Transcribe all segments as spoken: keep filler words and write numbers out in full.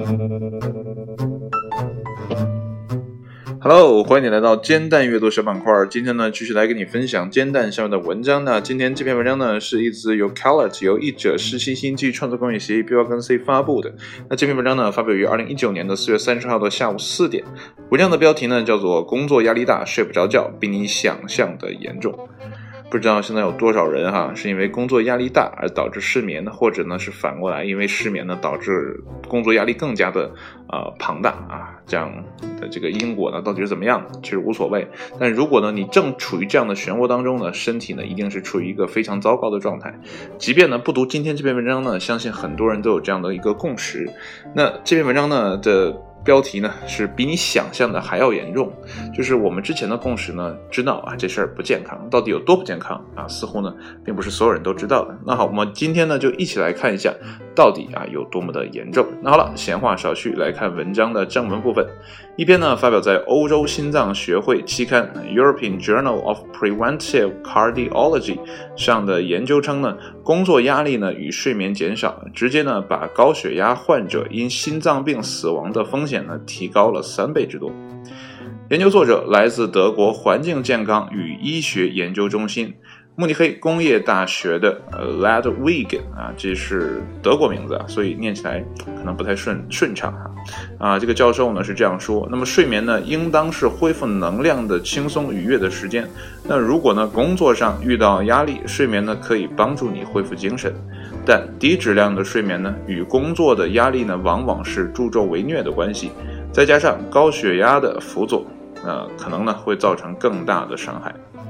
Hello， 欢迎你来到煎蛋阅读小板块。今天呢，继续来跟你分享煎蛋上面的文章呢。今天这篇文章呢，是一自由 Callet 由译者施新新基于创作工业协议 B Y 跟 C 发布的。那这篇文章呢，发表于二零一九年的四月三十号的下午四点。文章的标题呢，叫做工作压力大，睡不着觉，比你想象的严重。不知道现在有多少人哈，是因为工作压力大而导致失眠，或者呢是反过来，因为失眠呢导致工作压力更加的呃庞大啊，这样的这个因果呢到底是怎么样？其实无所谓。但如果呢你正处于这样的漩涡当中呢，身体呢一定是处于一个非常糟糕的状态。即便呢不读今天这篇文章呢，相信很多人都有这样的一个共识。那这篇文章呢的标题呢是比你想象的还要严重，就是我们之前的共识呢知道啊这事儿不健康，到底有多不健康啊，似乎呢并不是所有人都知道的。那好，我们今天呢就一起来看一下到底啊有多么的严重。那好了，闲话少叙，来看文章的正文部分。一篇呢发表在欧洲心脏学会期刊 European Journal of Preventive Cardiology 上的研究称呢，工作压力呢与睡眠减少，直接呢把高血压患者因心脏病死亡的风险呢提高了三倍之多。研究作者来自德国环境健康与医学研究中心慕尼黑工业大学的呃 Ladwig 啊，这是德国名字啊，所以念起来可能不太顺顺畅哈。啊，这个教授呢是这样说：那么睡眠呢，应当是恢复能量的轻松愉悦的时间。那如果呢工作上遇到压力，睡眠呢可以帮助你恢复精神，但低质量的睡眠呢与工作的压力呢往往是助纣为虐的关系，再加上高血压的辅佐，呃，可能呢会造成更大的伤害。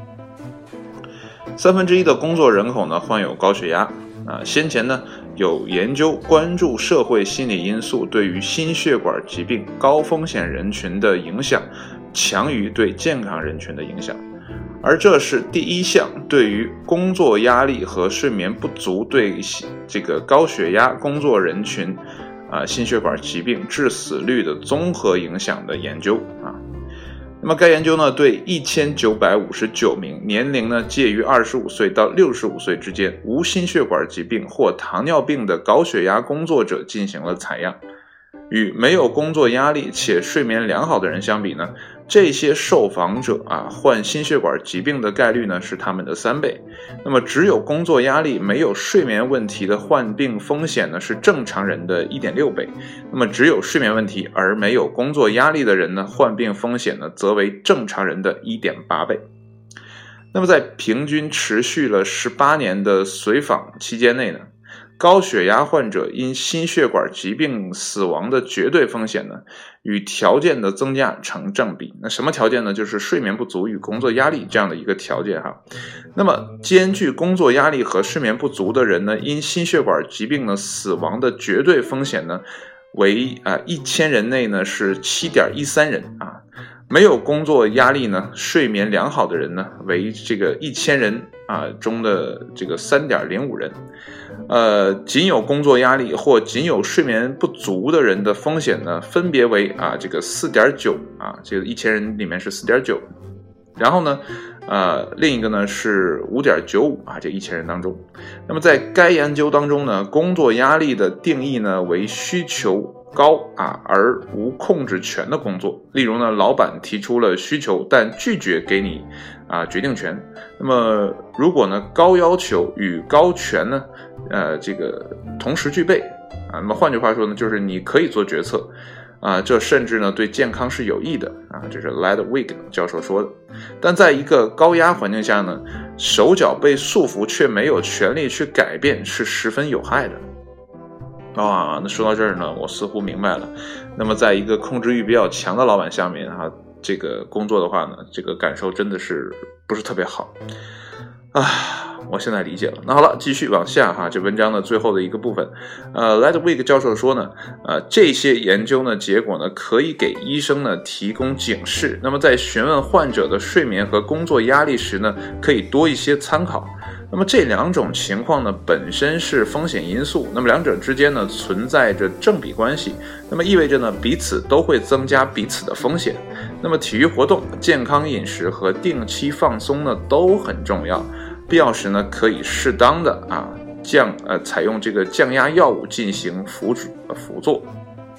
三分之一的工作人口呢患有高血压啊。先前呢有研究关注社会心理因素对于心血管疾病高风险人群的影响强于对健康人群的影响，而这是第一项对于工作压力和睡眠不足对这个高血压工作人群啊心血管疾病致死率的综合影响的研究啊。那么该研究呢对一千九百五十九名年龄呢介于二十五岁到六十五岁之间无心血管疾病或糖尿病的高血压工作者进行了采样。与没有工作压力且睡眠良好的人相比呢，这些受访者啊患心血管疾病的概率呢是他们的三倍。那么只有工作压力没有睡眠问题的患病风险呢是正常人的 一点六倍。那么只有睡眠问题而没有工作压力的人呢，患病风险呢则为正常人的 一点八倍。那么在平均持续了十八年的随访期间内呢，高血压患者因心血管疾病死亡的绝对风险呢，与条件的增加成正比。那什么条件呢？就是睡眠不足与工作压力这样的一个条件哈。那么兼具工作压力和睡眠不足的人呢，因心血管疾病呢死亡的绝对风险呢，为啊一千人内呢是 七点一三 人啊。没有工作压力呢，睡眠良好的人呢，为这个一千人啊中的这个 三点零五 人。呃，仅有工作压力或仅有睡眠不足的人的风险呢，分别为啊这个 四点九 啊，这个一千人里面是 四点九， 然后呢呃另一个呢是 五点九五 啊，这一千人当中。那么在该研究当中呢，工作压力的定义呢为需求高啊而无控制权的工作。例如呢，老板提出了需求但拒绝给你啊决定权。那么如果呢高要求与高权呢呃这个同时具备啊，那么换句话说呢，就是你可以做决策啊，这甚至呢对健康是有益的啊，这是 Ladwig 教授说的。但在一个高压环境下呢，手脚被束缚却没有权利去改变是十分有害的。啊，那说到这儿呢，我似乎明白了。那么在一个控制欲比较强的老板下面哈，这个工作的话呢，这个感受真的是不是特别好啊。我现在理解了。那好了，继续往下哈，这文章的最后的一个部分，呃 Ladwig 教授说呢，呃，这些研究呢结果呢可以给医生呢提供警示。那么在询问患者的睡眠和工作压力时呢，可以多一些参考。那么这两种情况呢本身是风险因素，那么两者之间呢存在着正比关系，那么意味着呢彼此都会增加彼此的风险。那么体育活动、健康饮食和定期放松呢都很重要，必要时呢可以适当的啊降呃采用这个降压药物进行辅助呃辅助。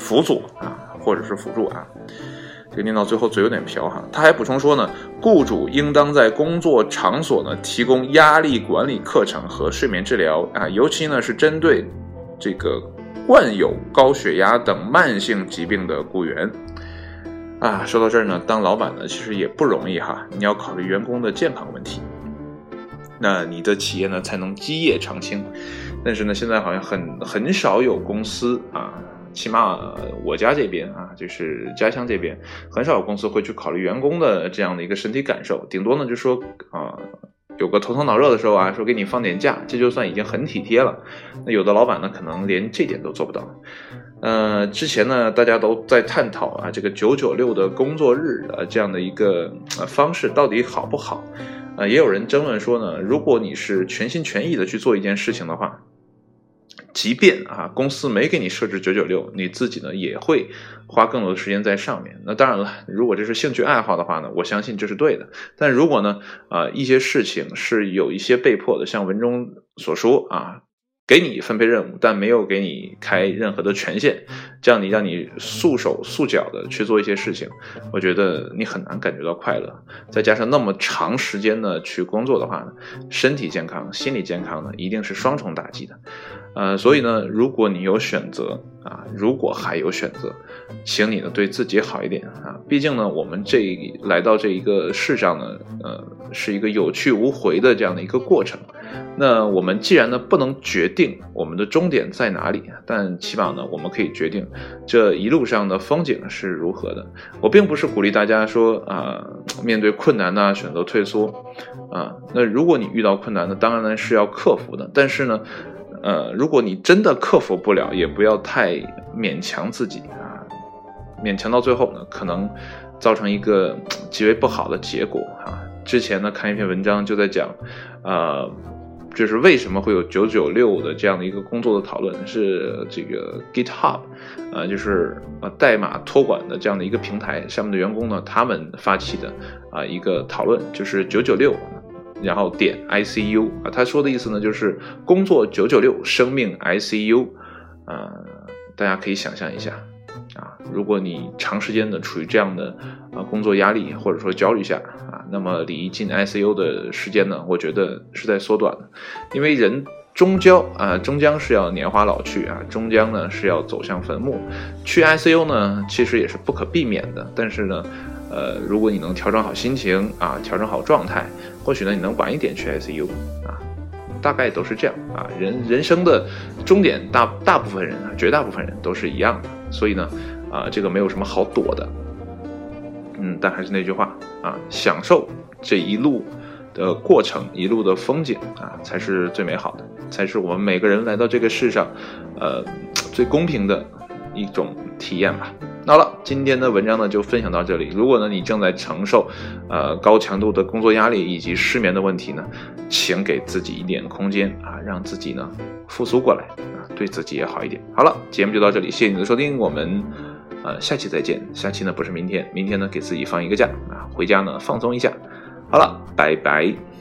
辅佐啊，或者是辅助啊。这个念到最后嘴有点瓢哈。他还补充说呢，雇主应当在工作场所呢提供压力管理课程和睡眠治疗啊，尤其呢是针对这个患有高血压等慢性疾病的雇员啊。说到这儿呢，当老板呢其实也不容易哈，你要考虑员工的健康问题，那你的企业呢才能基业长青。但是呢，现在好像很很少有公司啊，起码我家这边啊，就是家乡这边，很少有公司会去考虑员工的这样的一个身体感受，顶多呢就说啊，有个头疼脑热的时候啊，说给你放点假，这就算已经很体贴了。那有的老板呢，可能连这点都做不到。呃，之前呢，大家都在探讨啊，这个九九六的工作日啊，这样的一个、呃、方式到底好不好？呃，也有人争论说呢，如果你是全心全意的去做一件事情的话，即便啊公司没给你设置九九六，你自己呢也会花更多的时间在上面。那当然了，如果这是兴趣爱好的话呢，我相信这是对的。但如果呢，呃，一些事情是有一些被迫的，像文中所说啊，给你分配任务，但没有给你开任何的权限，这样你让你束手束脚的去做一些事情，我觉得你很难感觉到快乐。再加上那么长时间的去工作的话呢，身体健康、心理健康呢，一定是双重打击的。呃，所以呢，如果你有选择啊，如果还有选择，请你呢对自己好一点啊。毕竟呢，我们这来到这一个世上呢，呃，是一个有去无回的这样的一个过程。那我们既然呢不能决定我们的终点在哪里，但起码呢我们可以决定这一路上的风景是如何的。我并不是鼓励大家说啊、呃，面对困难呢选择退缩啊。那如果你遇到困难呢，当然呢是要克服的。但是呢，呃，如果你真的克服不了，也不要太勉强自己啊，勉强到最后呢，可能造成一个极为不好的结果啊。之前呢看一篇文章就在讲，呃。就是为什么会有九九六的这样的一个工作的讨论，是这个 GitHub 呃，就是呃代码托管的这样的一个平台上面的员工呢，他们发起的啊、呃、一个讨论，就是九九六然后点 I C U 啊，他说的意思呢就是工作九九六，生命 I C U 啊、呃，大家可以想象一下啊，如果你长时间的处于这样的啊工作压力或者说焦虑下啊，那么离进 I C U 的时间呢，我觉得是在缩短的，因为人终将啊终将是要年华老去啊，终将呢是要走向坟墓。去 I C U 呢，其实也是不可避免的，但是呢，呃，如果你能调整好心情啊，调整好状态，或许呢你能晚一点去 I C U 啊。大概都是这样啊，人人生的终点大大部分人啊，绝大部分人都是一样的，所以呢，啊，这个没有什么好躲的，嗯，但还是那句话啊，享受这一路的过程，一路的风景啊，才是最美好的，才是我们每个人来到这个世上，呃，最公平的一种体验吧。好了，今天的文章呢就分享到这里。如果呢你正在承受呃高强度的工作压力以及失眠的问题呢，请给自己一点空间啊，让自己呢复苏过来啊，对自己也好一点。好了，节目就到这里，谢谢你的收听，我们呃下期再见。下期呢不是明天，明天呢给自己放一个假啊，回家呢放松一下。好了，拜拜。